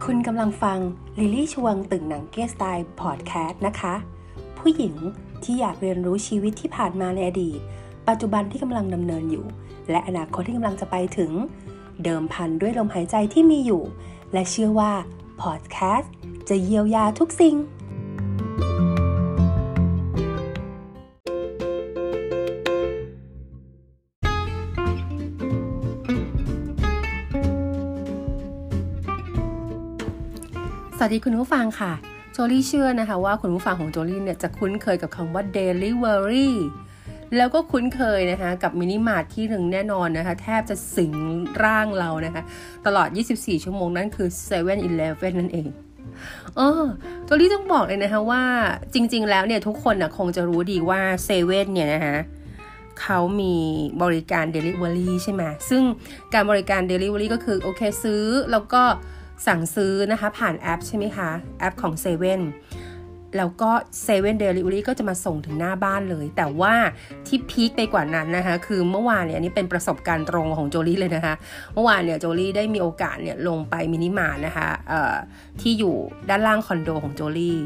คุณกำลังฟังลิลลี่ชวงตึกหนังเก้สไตล์พอดแคสต์นะคะผู้หญิงที่อยากเรียนรู้ชีวิตที่ผ่านมาในอดีตปัจจุบันที่กำลังดำเนินอยู่และอนาคตที่กำลังจะไปถึงเดิมพันด้วยลมหายใจที่มีอยู่และเชื่อว่าพอดแคสต์จะเยียวยาทุกสิ่งสวัสดีคุณผู้ฟังค่ะโจลี่เชื่อนะคะว่าคุณผู้ฟังของโจลี่เนี่ยจะคุ้นเคยกับคำว่า delivery แล้วก็คุ้นเคยนะคะกับมินิมาร์ทที่หนึ่งแน่นอนนะคะแทบจะสิงร่างเรานะคะตลอด24ชั่วโมงนั่นคือ 7-Eleven นั่นเองโจลี่ต้องบอกเลยนะคะว่าจริงๆแล้วเนี่ยทุกคนคงจะรู้ดีว่าเซเว่นเนี่ยนะคะเขามีบริการ delivery ใช่ไหมซึ่งการบริการ delivery ก็คือโอเคซื้อแล้วก็สั่งซื้อนะคะผ่านแอปใช่ไหมคะแอปของเซเว่นแล้วก็เซเว่นเดลิเวอรี่ก็จะมาส่งถึงหน้าบ้านเลยแต่ว่าที่พีคไปกว่านั้นนะคะคือเมื่อวานเนี่ยนี่เป็นประสบการณ์ตรงของโจลี่เลยนะคะเมื่อวานเนี่ยโจลี่ได้มีโอกาสเนี่ยลงไปมินิมาร์ทนะคะที่อยู่ด้านล่างคอนโดของโจลี่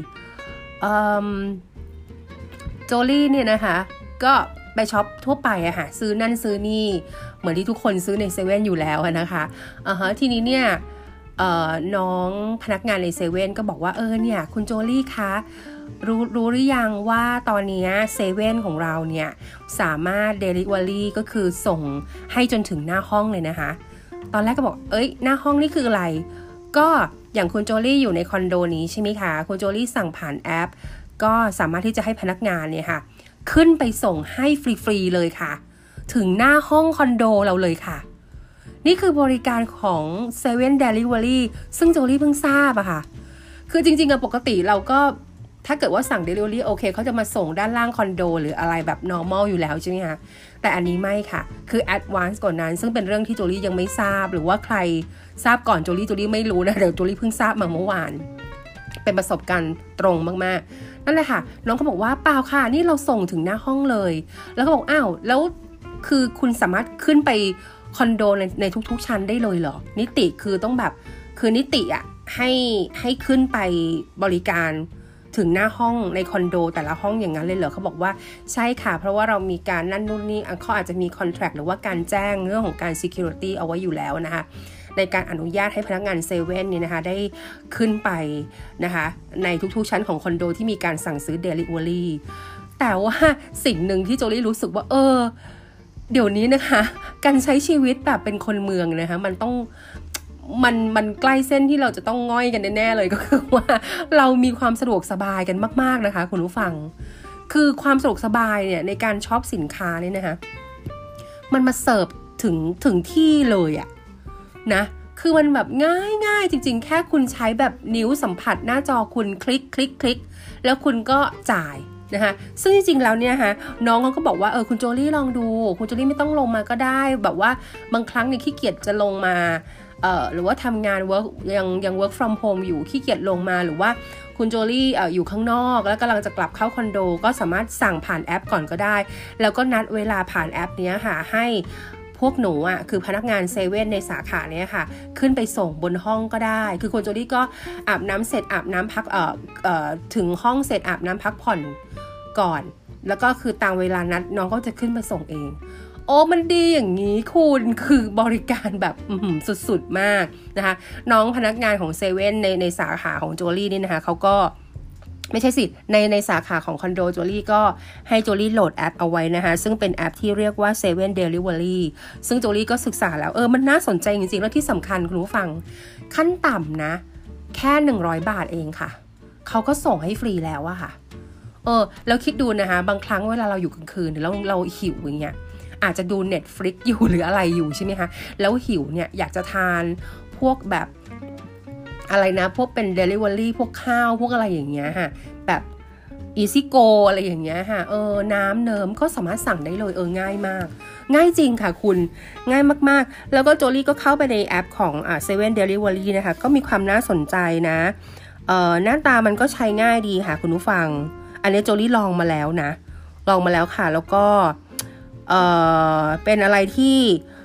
โจลี่เนี่ยนะคะก็ไปช็อปทั่วไปอะค่ะซื้อนั่นซื้อนี่เหมือนที่ทุกคนซื้อในเซเว่นอยู่แล้วนะคะทีนี้เนี่ยน้องพนักงานในเซเว่นก็บอกว่าเนี่ยคุณโจลี่คะรู้หรือยังว่าตอนนี้เซเว่นของเราเนี่ยสามารถ delivery ก็คือส่งให้จนถึงหน้าห้องเลยนะคะตอนแรกก็บอกหน้าห้องนี่คืออะไรก็อย่างคุณโจลี่อยู่ในคอนโดนี้ใช่ไหมคะคุณโจลี่สั่งผ่านแอปก็สามารถที่จะให้พนักงานเนี่ยค่ะขึ้นไปส่งให้ฟรีๆเลยค่ะถึงหน้าห้องคอนโดเราเลยค่ะนี่คือบริการของ Seven Delivery ซึ่งโจลี่เพิ่งทราบอะค่ะคือจริงๆปกติเราก็ถ้าเกิดว่าสั่ง Delivery โอเคเขาจะมาส่งด้านล่างคอนโดหรืออะไรแบบ normal อยู่แล้วใช่ไหมคะแต่อันนี้ไม่ค่ะคือ advance กว่านั้นซึ่งเป็นเรื่องที่โจลี่ยังไม่ทราบหรือว่าใครทราบก่อนโจลี่ไม่รู้นะเดี๋ยวโจลี่เพิ่งทราบมาเมื่อวานเป็นประสบการณ์ตรงมากๆนั่นแหละค่ะน้องก็บอกว่าเปล่าค่ะนี่เราส่งถึงหน้าห้องเลยแล้วก็บอกอ้าวแล้วคือคุณสามารถขึ้นไปคอนโดในทุกๆชั้นได้เลยเหรอนิติคือต้องแบบคือนิติอ่ะให้ขึ้นไปบริการถึงหน้าห้องในคอนโดแต่ละห้องอย่างนั้นเลยเหรอเขาบอกว่าใช่ค่ะเพราะว่าเรามีการนั่นนู่นนี่เขาอาจจะมีคอนแทรคหรือว่าการแจ้งเรื่องของการ security เอาไว้อยู่แล้วนะคะในการอนุญาตให้พนักงานเซเว่นเนี่ยนะคะได้ขึ้นไปนะคะในทุกๆชั้นของคอนโดที่มีการสั่งซื้อ delivery แต่ว่าสิ่งหนึ่งที่โจลี่รู้สึกว่าเดี๋ยวนี้นะคะการใช้ชีวิตแบบเป็นคนเมืองนะคะมันต้องมันใกล้เส้นที่เราจะต้องง่อยกันแน่ๆเลยก็คือว่าเรามีความสะดวกสบายกันมากๆนะคะคุณผู้ฟังคือความสะดวกสบายเนี่ยในการช็อปสินค้าเนี่ยนะคะมันมาเสิร์ฟถึงที่เลยอะนะคือมันแบบง่ายจริงๆแค่คุณใช้แบบนิ้วสัมผัสหน้าจอคุณคลิกแล้วคุณก็จ่ายนะคะซึ่งจริงๆแล้วเนี่ยนะคะน้องเขาก็บอกว่าคุณโจลี่ลองดูคุณโจลี่ไม่ต้องลงมาก็ได้แบบว่าบางครั้งเนี่ยขี้เกียจจะลงมาหรือว่าทำงาน work ยัง work from home อยู่ขี้เกียจลงมาหรือว่าคุณโจลี่อยู่ข้างนอกแล้วกำลังจะกลับเข้าคอนโดก็สามารถสั่งผ่านแอปก่อนก็ได้แล้วก็นัดเวลาผ่านแอปนี้ค่ะให้พวกหนูคือพนักงานเซเว่นในสาขาเนี้ยค่ะขึ้นไปส่งบนห้องก็ได้คือคุณโจลี่ก็อาบน้ำเสร็จอาบน้ำพักถึงห้องเสร็จอาบน้ำพักผ่อนก่อนแล้วก็คือตามเวลานัดน้องก็จะขึ้นมาส่งเองมันดีอย่างนี้คุณคือบริการแบบสุดๆมากนะคะน้องพนักงานของเซเว่นในสาขาของโจลี่นี่นะคะเขาก็ไม่ใช่สิในสาขาของคอนโดโจลี่ก็ให้โจลี่โหลดแอปเอาไว้นะคะซึ่งเป็นแอปที่เรียกว่า Seven Delivery ซึ่งโจลี่ก็ศึกษาแล้วมันน่าสนใจจริงๆแล้วที่สำคัญคุณผู้ฟังขั้นต่ำนะแค่100 บาทเองค่ะเขาก็ส่งให้ฟรีแล้วอะค่ะแล้วคิดดูนะคะบางครั้งเวลาเราอยู่กลางคืนแล้วเราหิวอย่างเงี้ยอาจจะดู Netflix อยู่หรืออะไรอยู่ใช่ไหมคะแล้วหิวเนี่ยอยากจะทานพวกแบบอะไรนะพวกเป็น delivery พวกข้าวพวกอะไรอย่างเงี้ยค่ะแบบ easy go อะไรอย่างเงี้ยค่ะน้ำเนิมก็สามารถสั่งได้เลยง่ายมากง่ายจริงค่ะคุณง่ายมากๆแล้วก็โจลี่ก็เข้าไปในแอปของSeven Delivery นะคะก็มีความน่าสนใจนะหน้าตามันก็ใช้ง่ายดีค่ะคุณผู้ฟังอันนี้โจลี่ลองมาแล้วค่ะแล้วก็เป็นอะไรที่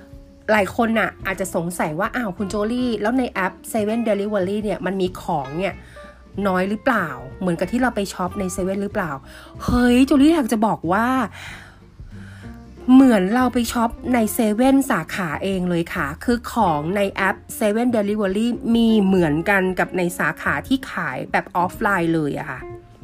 หลายคนน่ะอาจจะสงสัยว่าอ้าวคุณโจลี่แล้วในแอป7 Delivery เนี่ยมันมีของเนี่ยน้อยหรือเปล่าเหมือนกับที่เราไปช็อปใน7หรือเปล่าเฮ้ยโจลี่อยากจะบอกว่าเหมือนเราไปช็อปใน7สาขาเองเลยค่ะคือของในแอป7 Delivery มีเหมือนกันกับในสาขาที่ขายแบบออฟไลน์เลยอะค่ะ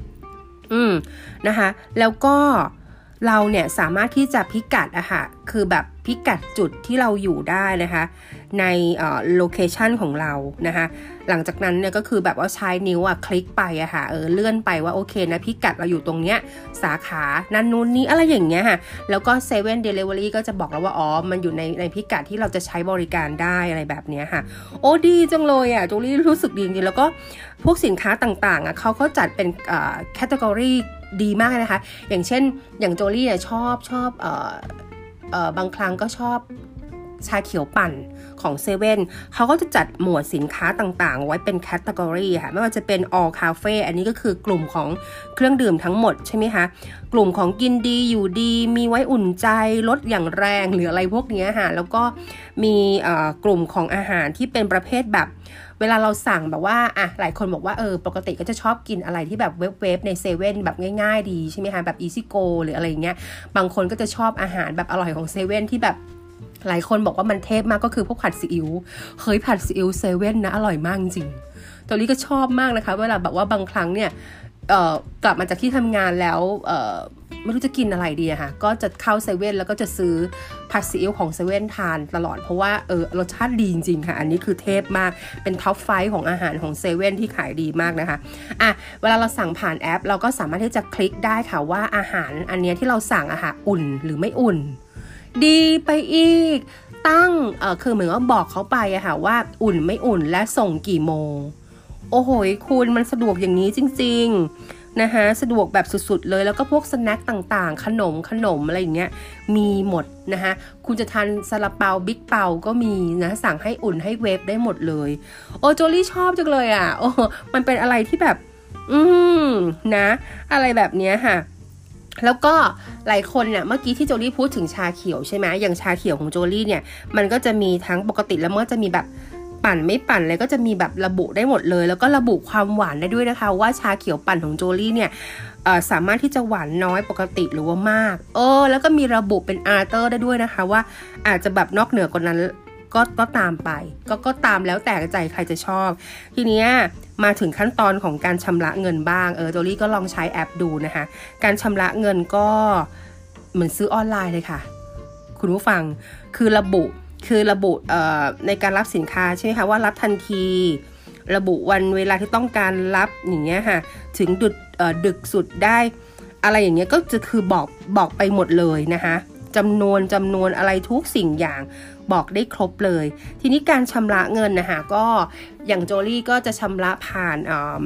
นะคะแล้วก็เราเนี่ยสามารถที่จะพิกัดอะค่ะคือแบบพิกัดจุดที่เราอยู่ได้นะคะในโลเคชันของเรานะคะหลังจากนั้นเนี่ยก็คือแบบว่าใช้นิ้วอะคลิกไปอะค่ะเลื่อนไปว่าโอเคนะพิกัดเราอยู่ตรงเนี้ยสาขานั้นนู้นนี้อะไรอย่างเงี้ยค่ะแล้วก็7 Delivery ก็จะบอกเราว่าอ๋อมันอยู่ในพิกัดที่เราจะใช้บริการได้อะไรแบบเนี้ยค่ะโอ้ดีจังเลยอะโจลี่รู้สึกดีจริงๆแล้วก็พวกสินค้าต่างๆอะเขาจัดเป็นแคตตากรีดีมากนะคะอย่างเช่นอย่างโจลี่ชอบบางครั้งก็ชอบชาเขียวปั่นของ7เขาก็จะจัดหมวดสินค้าต่างๆไว้เป็นแคตตากรีค่ะไม่ว่าจะเป็น all cafe อันนี้ก็คือกลุ่มของเครื่องดื่มทั้งหมดใช่ไหมคะกลุ่มของกินดีอยู่ดีมีไว้อุ่นใจลดอย่างแรงหรืออะไรพวกนี้ค่ะแล้วก็มีกลุ่มของอาหารที่เป็นประเภทแบบเวลาเราสั่งแบบว่าหลายคนบอกว่าปกติก็จะชอบกินอะไรที่แบบเวฟใน7แบบง่ายๆดีใช่ไหมคะแบบ easy go หรืออะไรอย่างเงี้ยบางคนก็จะชอบอาหารแบบอร่อยของ7ที่แบบหลายคนบอกว่ามันเทพมากก็คือพวกผัดซีอิ๊วเฮ้ยผัดซีอิ๊ว7นะอร่อยมากจริงตัวนี้ก็ชอบมากนะคะเวลาแบบว่าบางครั้งเนี่ยกลับมาจากที่ทำงานแล้วไม่รู้จะกินอะไรดีอะค่ะก็จะเข้า7แล้วก็จะซื้อผัดซีอิ๊วของ7ทานตลอดเพราะว่ารสชาติดีจริงๆค่ะอันนี้คือเทพมากเป็นท็อป5ของอาหารของ7ที่ขายดีมากนะคะเวลาเราสั่งผ่านแอปเราก็สามารถที่จะคลิกได้ค่ะว่าอาหารอันนี้ที่เราสั่งอะค่ะอุ่นหรือไม่อุ่นดีไปอีกตั้งคือเหมือนว่าบอกเขาไปอะค่ะว่าอุ่นไม่อุ่นและส่งกี่โมงโอ้โหคุณมันสะดวกอย่างนี้จริงๆนะคะสะดวกแบบสุดๆเลยแล้วก็พวกสแน็คต่างๆขนมอะไรอย่างเงี้ยมีหมดนะคะคุณจะทานซาลาเปาบิ๊กเปาก็มีนะสั่งให้อุ่นให้เวฟได้หมดเลยโอ้โจลี่ชอบจังเลยอ่ะโอ้มันเป็นอะไรที่แบบนะอะไรแบบเนี้ยค่ะแล้วก็หลายคนเนี่ยเมื่อกี้ที่โจลี่พูดถึงชาเขียวใช่ไหมอย่างชาเขียวของโจลี่เนี่ยมันก็จะมีทั้งปกติแล้วมันก็จะมีแบบปั่นไม่ปั่นเลยก็จะมีแบบระบุได้หมดเลยแล้วก็ระบุความหวานได้ด้วยนะคะว่าชาเขียวปั่นของโจลี่เนี่ยสามารถที่จะหวานน้อยปกติหรือว่ามากแล้วก็มีระบุเป็นอาร์เตอร์ได้ด้วยนะคะว่าอาจจะแบบนอกเหนือกว่านั้นก็ตามไปก็ตามแล้วแต่ใจใครจะชอบทีนี้มาถึงขั้นตอนของการชำระเงินบ้างโจลี่ก็ลองใช้แอปดูนะคะการชำระเงินก็เหมือนซื้อออนไลน์เลยค่ะคุณผู้ฟังคือระบุในการรับสินค้าใช่ไหมคะว่ารับทันทีระบุวันเวลาที่ต้องการรับอย่างเงี้ยค่ะถึงดึกสุดได้อะไรอย่างเงี้ยก็จะคือบอกไปหมดเลยนะคะจำนวนอะไรทุกสิ่งอย่างบอกได้ครบเลยทีนี้การชำระเงินนะคะก็อย่างโจลี่ก็จะชำระผ่าน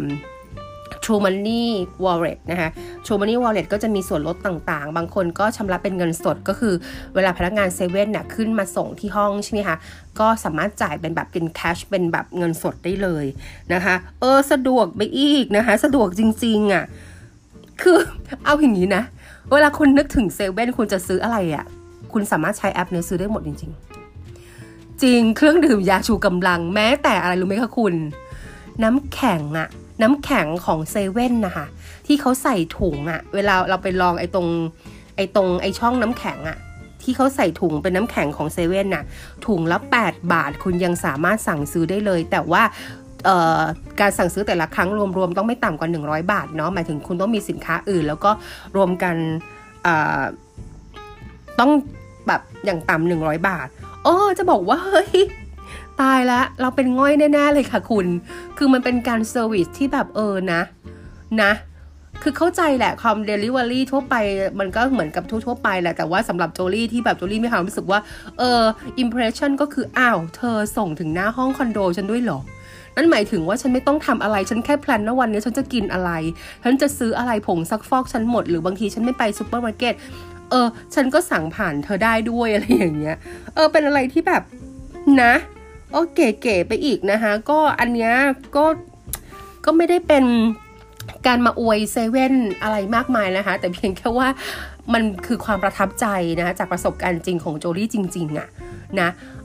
True Money Wallet นะคะ True Money Wallet ก็จะมีส่วนลดต่างๆบางคนก็ชำระเป็นเงินสดก็คือเวลาพนักงาน7น่ะขึ้นมาส่งที่ห้องใช่ไหมคะก็สามารถจ่ายเป็นแบบเป็นแคชเป็นแบบเงินสดได้เลยนะคะสะดวกไปอีกนะคะสะดวกจริงๆอ่ะคือเอาอย่างนี้นะเวลาคุณนึกถึง7คุณจะซื้ออะไรอ่ะคุณสามารถใช้แอปนี้ซื้อได้หมดจริงๆจริงเครื่องดื่มยาชูกำลังแม้แต่อะไรรู้ไหมคะคุณน้ำแข็งของ7นะคะที่เขาใส่ถุงอะเวลาเราไปลองไอ้ตรงช่องน้ำแข็งอะที่เขาใส่ถุงเป็นน้ำแข็งของ7น่ะถุงละ8 บาทคุณยังสามารถสั่งซื้อได้เลยแต่ว่าการสั่งซื้อแต่ละครั้งรวมๆต้องไม่ต่ำกว่า100 บาทเนาะหมายถึงคุณต้องมีสินค้าอื่นแล้วก็รวมกันต้องแบบอย่างต่ำ100 บาทจะบอกว่าเฮ้ยตายแล้วเราเป็นง่อยแน่ๆเลยค่ะคุณคือมันเป็นการเซอร์วิสที่แบบนะคือเข้าใจแหละคอมเดลิเวอรี่ทั่วไปมันก็เหมือนกับทั่วไปแหละแต่ว่าสำหรับโจลี่ที่แบบโจลี่มีความรู้สึกว่าอิมเพรสชั่นก็คือเธอส่งถึงหน้าห้องคอนโดฉันด้วยเหรอนั่นหมายถึงว่าฉันไม่ต้องทำอะไรฉันแค่แพลนว่าวันนี้ฉันจะกินอะไรฉันจะซื้ออะไรผงซักฟอกฉันหมดหรือบางทีฉันไม่ไปซูเปอร์มาร์เก็ตฉันก็สั่งผ่านเธอได้ด้วยอะไรอย่างเงี้ยเป็นอะไรที่แบบนะเก๋ๆไปอีกนะคะก็อันเนี้ยก็ไม่ได้เป็นการมาอวย7อะไรมากมายนะคะแต่เพียงแค่ว่ามันคือความประทับใจนะจากประสบการณ์จริงของโจลี่จริงๆอะนะ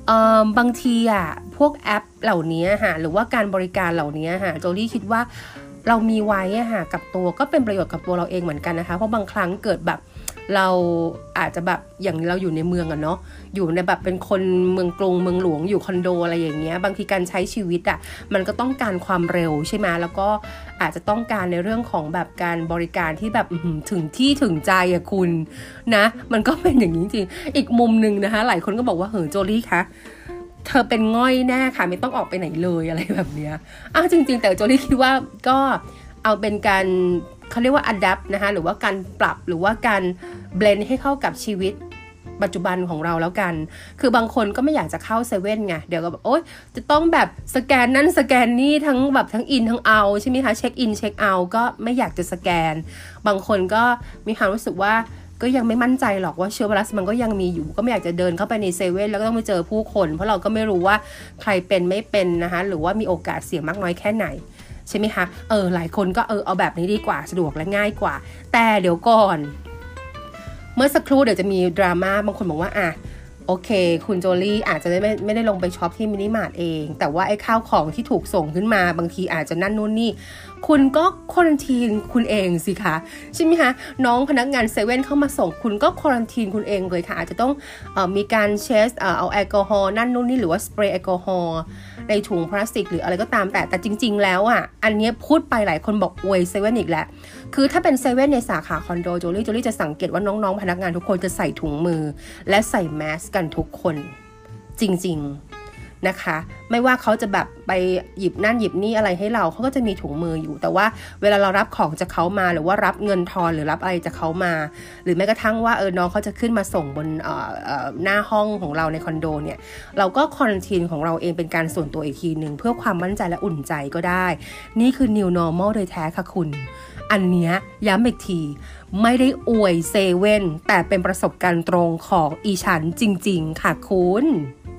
บางทีอ่ะพวกแอปเหล่านี้ค่ะหรือว่าการบริการเหล่านี้ค่ะโจลี่คิดว่าเรามีไว้ค่ะกับตัวก็เป็นประโยชน์กับตัวเราเองเหมือนกันนะคะเพราะบางครั้งเกิดแบบเราอาจจะแบบอย่างเราอยู่ในเมืองอะเนาะอยู่ในแบบเป็นคนเมืองกรุงเมืองหลวงอยู่คอนโดอะไรอย่างเงี้ยบางทีการใช้ชีวิตอะมันก็ต้องการความเร็วใช่ไหมแล้วก็อาจจะต้องการในเรื่องของแบบการบริการที่แบบถึงที่ถึงใจอะคุณนะมันก็เป็นอย่างนี้จริงอีกมุมนึงนะคะหลายคนก็บอกว่าเฮ้ยโจลี่คะเธอเป็นง่อยแน่ค่ะไม่ต้องออกไปไหนเลยอะไรแบบเนี้ยจริงๆแต่โจลี่คิดว่าก็เอาเป็นการเขาเรียกว่า adapt นะคะหรือว่าการปรับหรือว่าการ blend ให้เข้ากับชีวิตปัจจุบันของเราแล้วกันคือบางคนก็ไม่อยากจะเข้าเซเว่นไงเดี๋ยวก็แบบโอ๊ยจะต้องแบบสแกนนั่นสแกนนี่ทั้งแบบทั้งอินทั้งเอาใช่ไหมคะเช็คอินเช็คเอาก็ไม่อยากจะสแกนบางคนก็มีความรู้สึกว่าก็ยังไม่มั่นใจหรอกว่าเชื้อไวรัสมันก็ยังมีอยู่ก็ไม่อยากจะเดินเข้าไปในเซเว่นแล้วก็ต้องไปเจอผู้คนเพราะเราก็ไม่รู้ว่าใครเป็นไม่เป็นนะคะหรือว่ามีโอกาสเสี่ยงมากน้อยแค่ไหนใช่ไหมคะหลายคนก็เอาแบบนี้ดีกว่าสะดวกและง่ายกว่าแต่เดี๋ยวก่อนเมื่อสักครู่เดี๋ยวจะมีดราม่าบางคนบอกว่าโอเคคุณโจลี่อาจจะไม่ได้ลงไปช็อปที่มินิมาร์ทเองแต่ว่าไอ้ข้าวของที่ถูกส่งขึ้นมาบางทีอาจจะนั่นนู่นนี่คุณก็ควอรันทีนคุณเองสิคะใช่ไหมคะน้องพนักงานเซเว่นเข้ามาส่งคุณก็ควอรันทีนคุณเองเลยค่ะอาจจะต้องมีการเช็ดเอาแอลกอฮอล์นั่นนู่นนี่หรือว่าสเปรย์แอลกอฮอล์ในถุงพลาสติกหรืออะไรก็ตามแต่จริงๆแล้วอันนี้พูดไปหลายคนบอกอวยเซเว่นอีกแล้วคือถ้าเป็นเซเว่นในสาขาคอนโดโจลี่จะสังเกตว่าน้องๆพนักงานทุกคนจะใส่ถุงมือและใส่แมสกันทุกคนจริงๆนะคะไม่ว่าเขาจะแบบไปหยิบนั่นหยิบนี่อะไรให้เราเขาก็จะมีถุงมืออยู่แต่ว่าเวลาเรารับของจากเขามาหรือว่ารับเงินทอนหรือรับอะไรจากเขามาหรือแม้กระทั่งว่าน้องเขาจะขึ้นมาส่งบนหน้าห้องของเราในคอนโดเนี่ยเราก็ควอรันทีนของเราเองเป็นการส่วนตัวอีกทีนึงเพื่อความมั่นใจและอุ่นใจก็ได้นี่คือ New Normal โดยแท้ค่ะคุณอันเนี้ยย้ำอีกทีไม่ได้อวยเซเว่นแต่เป็นประสบการณ์ตรงของอีฉันจริงๆค่ะคุณ